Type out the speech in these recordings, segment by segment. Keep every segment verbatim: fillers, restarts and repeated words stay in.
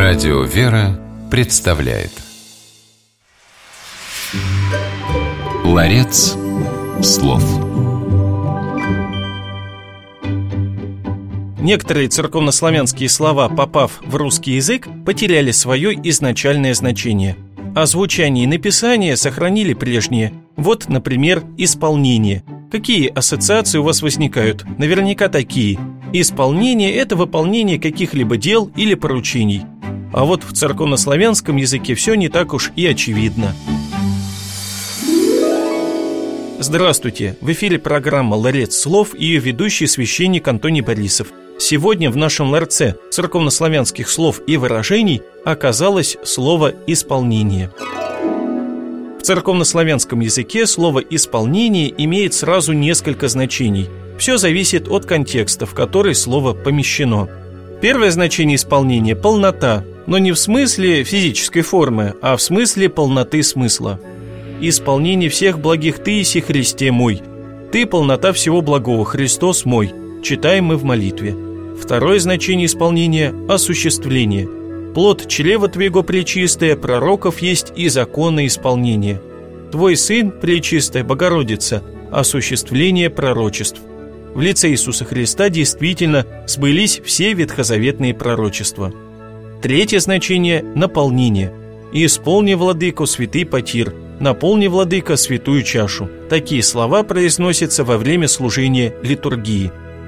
Радио «Вера» представляет Ларец слов. Некоторые церковнославянские слова, попав в русский язык, потеряли свое изначальное значение, а звучание и написание сохранили прежнее. Вот, например, исполнение. Какие ассоциации у вас возникают? Наверняка такие. Исполнение – это выполнение каких-либо дел или поручений. А вот в церковнославянском языке все не так уж и очевидно. Здравствуйте! В эфире программа «Ларец слов» и ее ведущий священник Антоний Борисов. Сегодня в нашем ларце церковнославянских слов и выражений оказалось слово «исполнение». В церковнославянском языке слово «исполнение» имеет сразу несколько значений. Все зависит от контекста, в который слово помещено. Первое значение исполнения – полнота, но не в смысле физической формы, а в смысле полноты смысла. Исполнение всех благих Ты, еси Христе мой. Ты – полнота всего благого, Христос мой. Читаем мы в молитве. Второе значение исполнения – осуществление. Плод чрева Твоего пречистое, пророков есть и законы исполнения. Твой Сын, пречистая Богородица, осуществление пророчеств. В лице Иисуса Христа действительно сбылись все ветхозаветные пророчества. Третье значение – наполнение. «Исполни, владыко, святый потир, наполни, владыко, святую чашу». Такие слова произносятся во время служения литургии.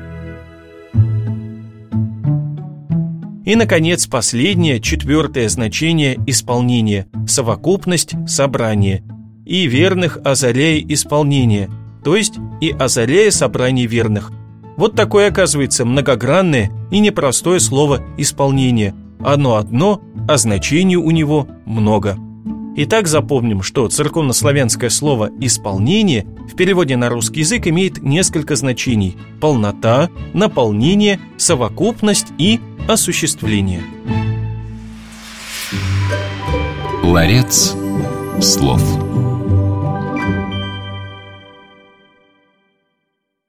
И, наконец, последнее, четвертое значение исполнения – совокупность, собрание. «И верных озаряя исполнение», то есть и озаряя собрание верных. Вот такое, оказывается, многогранное и непростое слово «исполнение». Оно одно, а значений у него много. Итак, запомним, что церковнославянское слово «исполнение» в переводе на русский язык имеет несколько значений: полнота, наполнение, совокупность и осуществление. Ларец слов.